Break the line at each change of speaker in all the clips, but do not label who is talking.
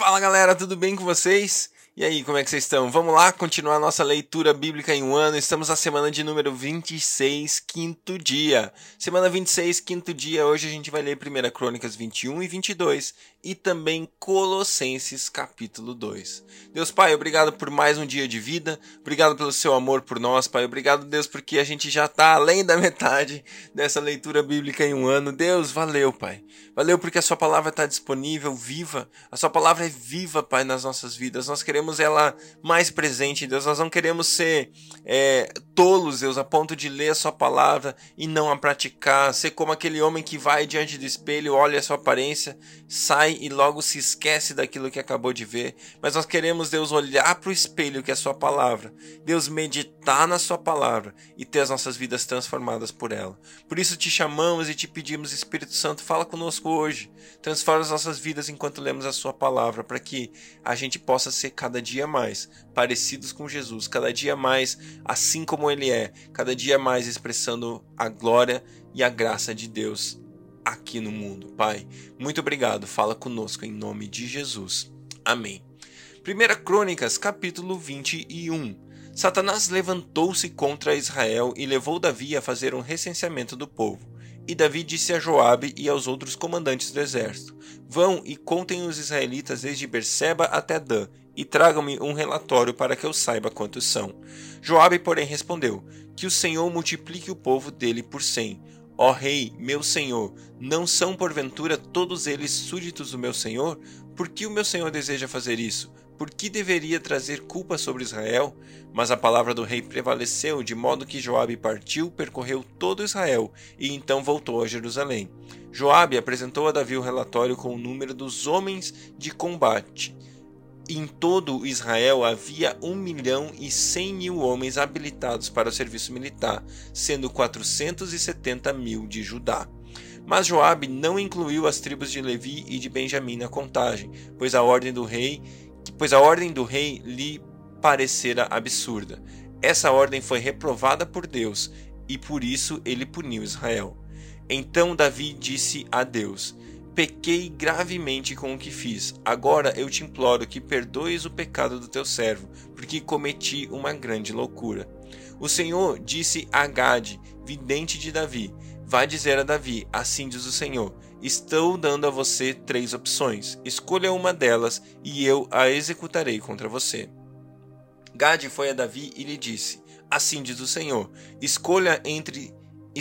Fala galera, tudo bem com vocês? E aí, como é que vocês estão? Vamos lá continuar nossa leitura bíblica em um ano. Estamos na semana de número 26, quinto dia. Semana 26, quinto dia. Hoje a gente vai ler 1 Crônicas 21 e 22 e também Colossenses capítulo 2. Deus Pai, obrigado por mais um dia de vida. Obrigado pelo seu amor por nós, Pai. Obrigado, Deus, porque a gente já está além da metade dessa leitura bíblica em um ano. Deus, valeu, Pai. Valeu porque a sua palavra está disponível, viva. A sua palavra é viva, Pai, nas nossas vidas. Nós queremos ela mais presente, Deus. Nós não queremos ser tolos, Deus, a ponto de ler a sua palavra e não a praticar. Ser como aquele homem que vai diante do espelho, olha a sua aparência, sai e logo se esquece daquilo que acabou de ver. Mas nós queremos, Deus, olhar para o espelho que é a sua palavra. Deus, meditar na sua palavra e ter as nossas vidas transformadas por ela. Por isso te chamamos e te pedimos, Espírito Santo, fala conosco hoje. Transforma as nossas vidas enquanto lemos a sua palavra, para que a gente possa ser cada dia mais parecidos com Jesus, cada dia mais assim como ele é, cada dia mais expressando a glória e a graça de Deus aqui no mundo. Pai, muito obrigado, fala conosco em nome de Jesus. Amém. 1 Crônicas, capítulo 21. Satanás levantou-se contra Israel e levou Davi a fazer um recenseamento do povo. E Davi disse a Joabe e aos outros comandantes do exército: Vão e contem os israelitas desde Berseba até Dan, e tragam-me um relatório para que eu saiba quantos são. Joabe, porém, respondeu: Que o Senhor multiplique o povo dele por 100. Ó rei, meu senhor, não são porventura todos eles súditos do meu senhor? Por que o meu senhor deseja fazer isso? Por que deveria trazer culpa sobre Israel? Mas a palavra do rei prevaleceu, de modo que Joabe partiu, percorreu todo Israel, e então voltou a Jerusalém. Joabe apresentou a Davi o relatório com o número dos homens de combate. Em todo Israel havia 1.100.000 homens habilitados para o serviço militar, sendo 470.000 de Judá. Mas Joabe não incluiu as tribos de Levi e de Benjamim na contagem, pois a ordem do rei lhe parecera absurda. Essa ordem foi reprovada por Deus, e por isso ele puniu Israel. Então Davi disse a Deus: Pequei gravemente com o que fiz. Agora eu te imploro que perdoes o pecado do teu servo, porque cometi uma grande loucura. O Senhor disse a Gade, vidente de Davi: Vá dizer a Davi, assim diz o Senhor: Estou dando a você 3 opções. Escolha uma delas e eu a executarei contra você. Gade foi a Davi e lhe disse: Assim diz o Senhor: Escolha entre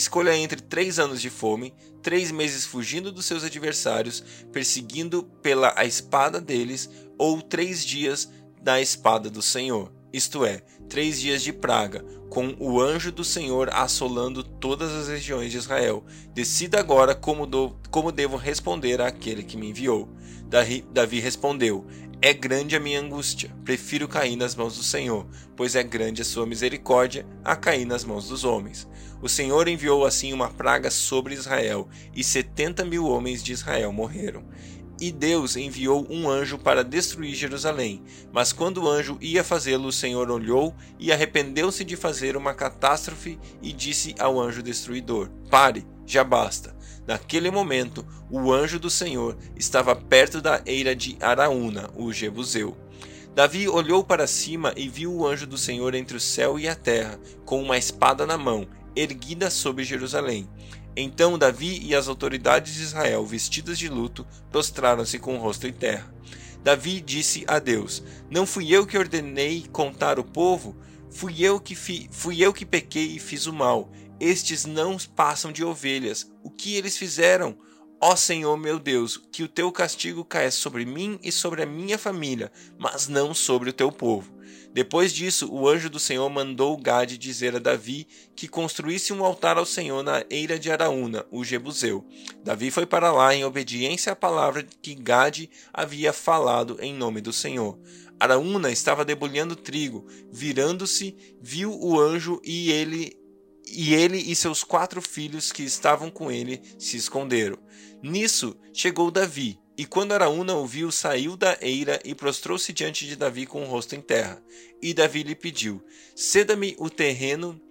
3 anos de fome, 3 meses fugindo dos seus adversários, perseguindo pela a espada deles, ou 3 dias da espada do Senhor. Isto é, 3 dias de praga, com o anjo do Senhor assolando todas as regiões de Israel. Decida agora como devo responder àquele que me enviou. Davi respondeu: É grande a minha angústia, prefiro cair nas mãos do Senhor, pois é grande a sua misericórdia a cair nas mãos dos homens. O Senhor enviou assim uma praga sobre Israel, e 70.000 homens de Israel morreram. E Deus enviou um anjo para destruir Jerusalém. Mas quando o anjo ia fazê-lo, o Senhor olhou e arrependeu-se de fazer uma catástrofe e disse ao anjo destruidor: Pare, já basta. Naquele momento, o anjo do Senhor estava perto da eira de Araúna, o Jebuseu. Davi olhou para cima e viu o anjo do Senhor entre o céu e a terra, com uma espada na mão, erguida sobre Jerusalém. Então Davi e as autoridades de Israel, vestidas de luto, prostraram-se com o rosto em terra. Davi disse a Deus: Não fui eu que ordenei contar o povo? Fui eu que pequei e fiz o mal. Estes não passam de ovelhas. O que eles fizeram? Ó Senhor meu Deus, que o teu castigo caia sobre mim e sobre a minha família, mas não sobre o teu povo. Depois disso, o anjo do Senhor mandou Gade dizer a Davi que construísse um altar ao Senhor na eira de Araúna, o Jebuseu. Davi foi para lá em obediência à palavra que Gade havia falado em nome do Senhor. Araúna estava debulhando trigo. Virando-se, viu o anjo e ele e seus 4 filhos que estavam com ele se esconderam. Nisso chegou Davi, e quando Araúna o viu, saiu da eira e prostrou-se diante de Davi com o rosto em terra. E Davi lhe pediu: Ceda-me o terreno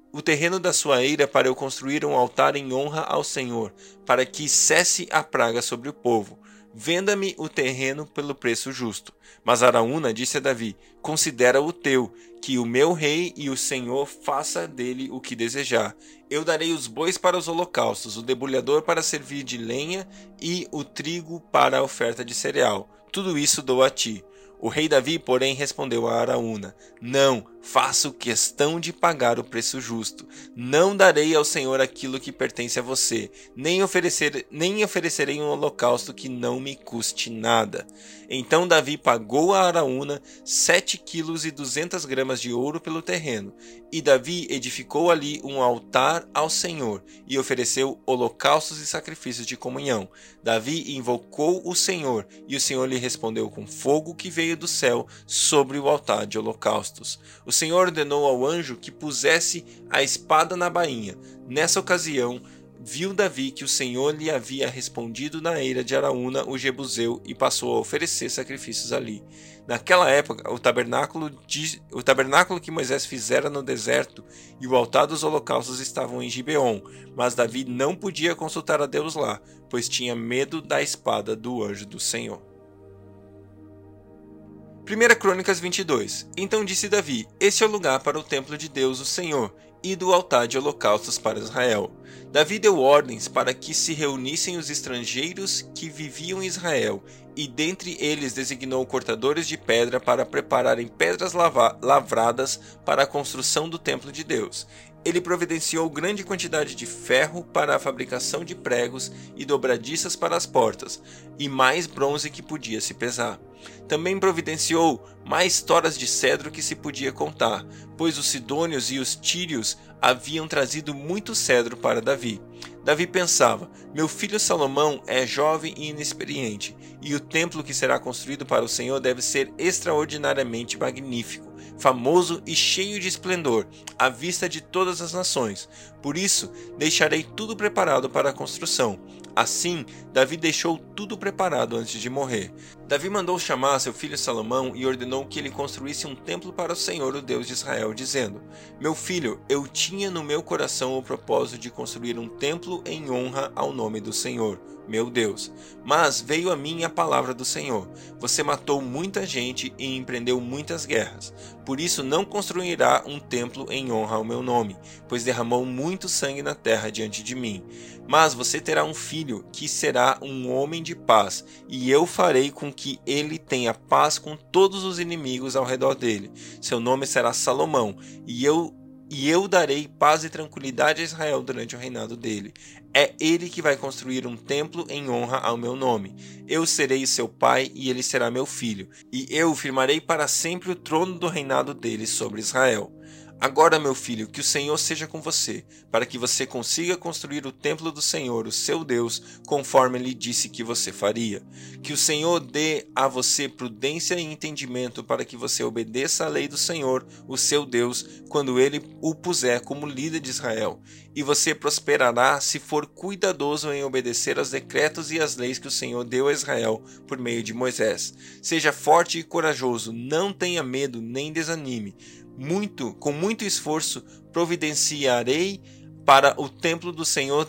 da sua eira para eu construir um altar em honra ao Senhor, para que cesse a praga sobre o povo. venda-me o terreno pelo preço justo. Mas Araúna disse a Davi: considera o teu, que o meu rei e o Senhor faça dele o que desejar. Eu darei os bois para os holocaustos, o debulhador para servir de lenha e o trigo para a oferta de cereal. Tudo isso dou a ti. O rei Davi, porém, respondeu a Araúna: não, faço questão de pagar o preço justo. Não darei ao Senhor aquilo que pertence a você, nem oferecerei um holocausto que não me custe nada. Então Davi pagou a Araúna 7,2 kg de ouro pelo terreno. E Davi edificou ali um altar ao Senhor e ofereceu holocaustos e sacrifícios de comunhão. Davi invocou o Senhor, e o Senhor lhe respondeu com fogo que veio do céu sobre o altar de holocaustos. O Senhor ordenou ao anjo que pusesse a espada na bainha. Nessa ocasião, viu Davi que o Senhor lhe havia respondido na eira de Araúna, o Jebuseu, e passou a oferecer sacrifícios ali. Naquela época, o tabernáculo que Moisés fizera no deserto e o altar dos holocaustos estavam em Gibeon, mas Davi não podia consultar a Deus lá, pois tinha medo da espada do anjo do Senhor. 1 Crônicas 22. Então disse Davi: este é o lugar para o templo de Deus, o Senhor, e do altar de holocaustos para Israel. Davi deu ordens para que se reunissem os estrangeiros que viviam em Israel, e dentre eles designou cortadores de pedra para prepararem pedras lavradas para a construção do templo de Deus. Ele providenciou grande quantidade de ferro para a fabricação de pregos e dobradiças para as portas, e mais bronze que podia se pesar. Também providenciou mais toras de cedro que se podia contar, pois os sidônios e os tírios haviam trazido muito cedro para Davi. Davi pensava: meu filho Salomão é jovem e inexperiente, e o templo que será construído para o Senhor deve ser extraordinariamente magnífico, famoso e cheio de esplendor, à vista de todas as nações. Por isso, deixarei tudo preparado para a construção. Assim, Davi deixou tudo preparado antes de morrer. Davi mandou chamar seu filho Salomão e ordenou que ele construísse um templo para o Senhor, o Deus de Israel, dizendo: meu filho, eu tinha no meu coração o propósito de construir um templo em honra ao nome do Senhor, meu Deus. Mas veio a mim a palavra do Senhor: você matou muita gente e empreendeu muitas guerras. Por isso não construirá um templo em honra ao meu nome, pois derramou muito sangue na terra diante de mim. Mas você terá um filho que será um homem de paz, e eu farei com que ele tenha paz com todos os inimigos ao redor dele. Seu nome será Salomão, e eu darei paz e tranquilidade a Israel durante o reinado dele. É ele que vai construir um templo em honra ao meu nome. Eu serei seu pai e ele será meu filho, e eu firmarei para sempre o trono do reinado dele sobre Israel. Agora, meu filho, que o Senhor seja com você, para que você consiga construir o templo do Senhor, o seu Deus, conforme ele disse que você faria. Que o Senhor dê a você prudência e entendimento para que você obedeça à lei do Senhor, o seu Deus, quando ele o puser como líder de Israel. E você prosperará se for cuidadoso em obedecer aos decretos e às leis que o Senhor deu a Israel por meio de Moisés. Seja forte e corajoso, não tenha medo nem desanime. Com muito esforço providenciarei para o templo do Senhor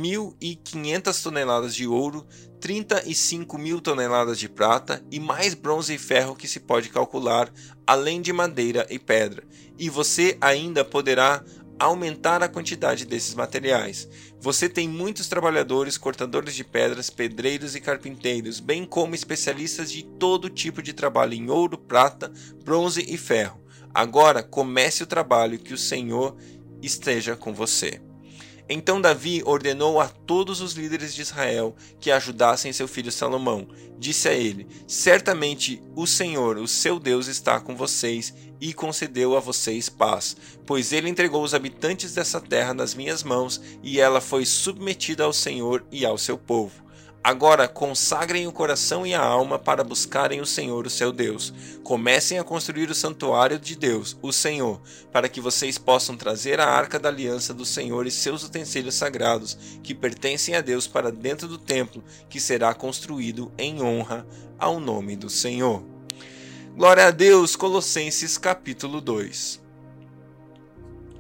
3.500 toneladas de ouro, 35.000 toneladas de prata e mais bronze e ferro que se pode calcular, além de madeira e pedra. E você ainda poderá aumentar a quantidade desses materiais. Você tem muitos trabalhadores, cortadores de pedras, pedreiros e carpinteiros, bem como especialistas de todo tipo de trabalho em ouro, prata, bronze e ferro. Agora comece o trabalho, que o Senhor esteja com você. Então Davi ordenou a todos os líderes de Israel que ajudassem seu filho Salomão. Disse a ele: certamente o Senhor, o seu Deus, está com vocês e concedeu a vocês paz, pois ele entregou os habitantes dessa terra nas minhas mãos e ela foi submetida ao Senhor e ao seu povo. Agora consagrem o coração e a alma para buscarem o Senhor, o seu Deus. Comecem a construir o santuário de Deus, o Senhor, para que vocês possam trazer a arca da aliança do Senhor e seus utensílios sagrados, que pertencem a Deus, para dentro do templo, que será construído em honra ao nome do Senhor. Glória a Deus. Colossenses capítulo 2.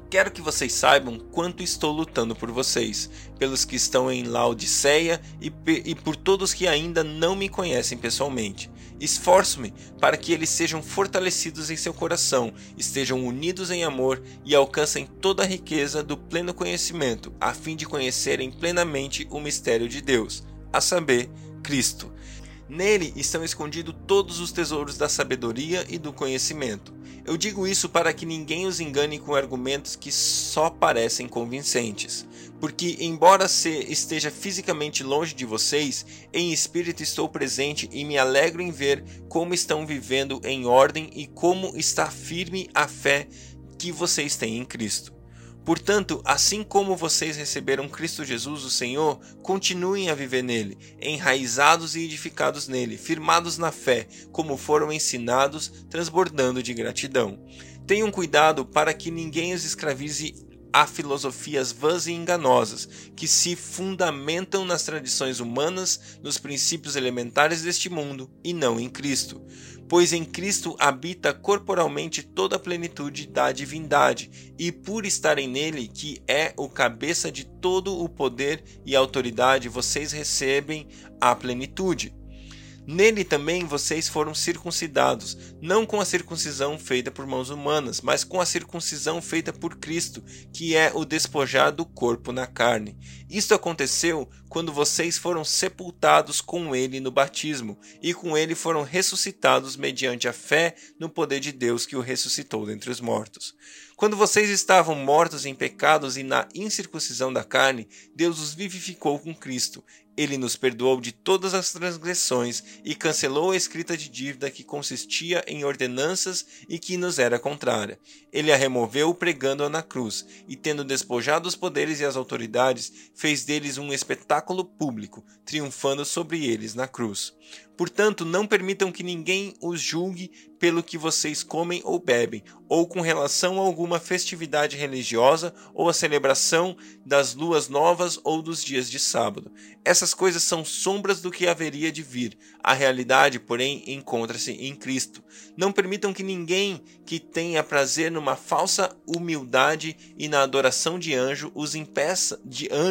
Quero que vocês saibam quanto estou lutando por vocês, pelos que estão em Laodiceia e por todos que ainda não me conhecem pessoalmente. Esforço-me para que eles sejam fortalecidos em seu coração, estejam unidos em amor e alcancem toda a riqueza do pleno conhecimento, a fim de conhecerem plenamente o mistério de Deus, a saber, Cristo. Nele estão escondidos todos os tesouros da sabedoria e do conhecimento. Eu digo isso para que ninguém os engane com argumentos que só parecem convincentes. Porque, embora esteja fisicamente longe de vocês, em espírito estou presente e me alegro em ver como estão vivendo em ordem e como está firme a fé que vocês têm em Cristo. Portanto, assim como vocês receberam Cristo Jesus, o Senhor, continuem a viver nele, enraizados e edificados nele, firmados na fé, como foram ensinados, transbordando de gratidão. Tenham cuidado para que ninguém os escravize a filosofias vãs e enganosas, que se fundamentam nas tradições humanas, nos princípios elementares deste mundo, e não em Cristo. Pois em Cristo habita corporalmente toda a plenitude da divindade, e por estarem nele, que é o cabeça de todo o poder e autoridade, vocês recebem a plenitude. Nele também vocês foram circuncidados, não com a circuncisão feita por mãos humanas, mas com a circuncisão feita por Cristo, que é o despojar do corpo na carne. Isto aconteceu quando vocês foram sepultados com ele no batismo, e com ele foram ressuscitados mediante a fé no poder de Deus que o ressuscitou dentre os mortos. Quando vocês estavam mortos em pecados e na incircuncisão da carne, Deus os vivificou com Cristo. Ele nos perdoou de todas as transgressões e cancelou a escrita de dívida que consistia em ordenanças e que nos era contrária. Ele a removeu pregando-a na cruz, e tendo despojado os poderes e as autoridades, fez deles um espetáculo público, triunfando sobre eles na cruz. Portanto, não permitam que ninguém os julgue pelo que vocês comem ou bebem, ou com relação a alguma festividade religiosa, ou a celebração das luas novas ou dos dias de sábado. Essas coisas são sombras do que haveria de vir. A realidade, porém, encontra-se em Cristo. Não permitam que ninguém que tenha prazer numa falsa humildade e na adoração de anjos os impeça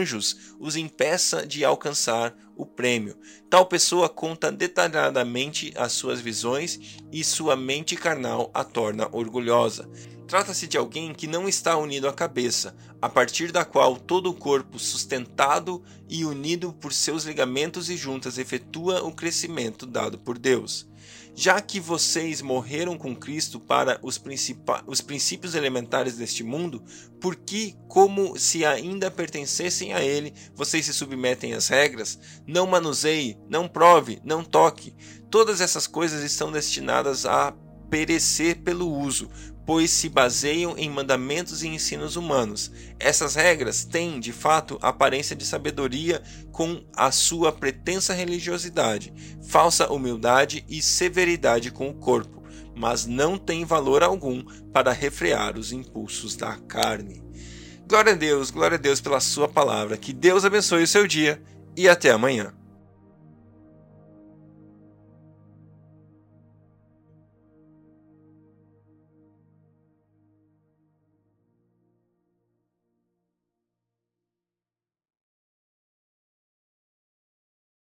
de alcançar o prêmio. Tal pessoa conta detalhadamente as suas visões e sua mente carnal a torna orgulhosa. Trata-se de alguém que não está unido à cabeça, a partir da qual todo o corpo, sustentado e unido por seus ligamentos e juntas, efetua o crescimento dado por Deus. Já que vocês morreram com Cristo para os princípios elementares deste mundo, por que, como se ainda pertencessem a ele, vocês se submetem às regras? Não manuseie, não prove, não toque. Todas essas coisas estão destinadas a perecer pelo uso, pois se baseiam em mandamentos e ensinos humanos. Essas regras têm, de fato, aparência de sabedoria com a sua pretensa religiosidade, falsa humildade e severidade com o corpo, mas não têm valor algum para refrear os impulsos da carne. Glória a Deus pela sua palavra. Que Deus abençoe o seu dia e até amanhã.